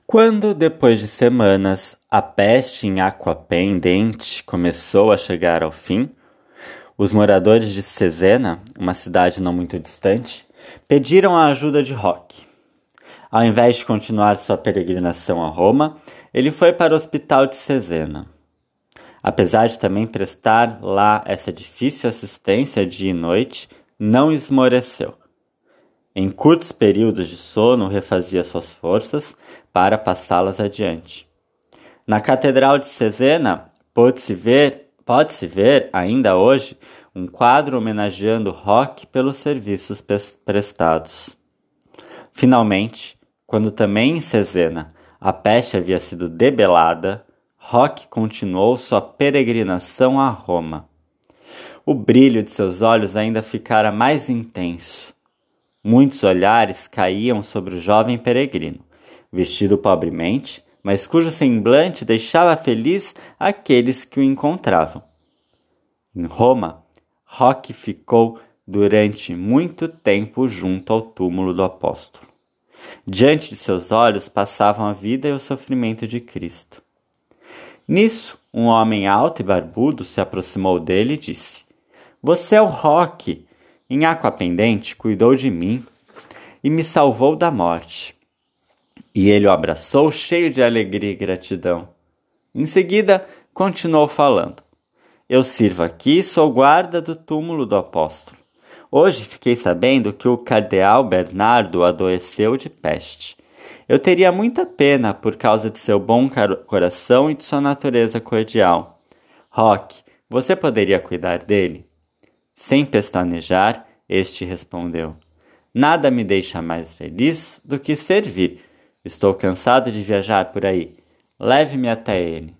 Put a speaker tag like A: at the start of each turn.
A: Quando, depois de semanas, a peste em Aquapendente começou a chegar ao fim, os moradores de Cesena, uma cidade não muito distante, pediram a ajuda de Roque. Ao invés de continuar sua peregrinação a Roma, ele foi para o hospital de Cesena. Apesar de também prestar lá essa difícil assistência dia e noite, não esmoreceu. Em curtos períodos de sono, refazia suas forças para passá-las adiante. Na Catedral de Cesena, pode-se ver ainda hoje um quadro homenageando Roque pelos serviços prestados. Finalmente, quando também em Cesena a peste havia sido debelada, Roque continuou sua peregrinação a Roma. O brilho de seus olhos ainda ficara mais intenso. Muitos olhares caíam sobre o jovem peregrino, vestido pobremente, mas cujo semblante deixava feliz aqueles que o encontravam. Em Roma, Roque ficou durante muito tempo junto ao túmulo do apóstolo. Diante de seus olhos passavam a vida e o sofrimento de Cristo. Nisso, um homem alto e barbudo se aproximou dele e disse: "Você é o Roque. Em Aquapendente cuidou de mim e me salvou da morte." E ele o abraçou cheio de alegria e gratidão. Em seguida, continuou falando: "Eu sirvo aqui e sou guarda do túmulo do apóstolo. Hoje fiquei sabendo que o cardeal Bernardo adoeceu de peste. Eu teria muita pena por causa de seu bom coração e de sua natureza cordial. Roque, você poderia cuidar dele?" Sem pestanejar, este respondeu: "Nada me deixa mais feliz do que servir. Estou cansado de viajar por aí. Leve-me até ele."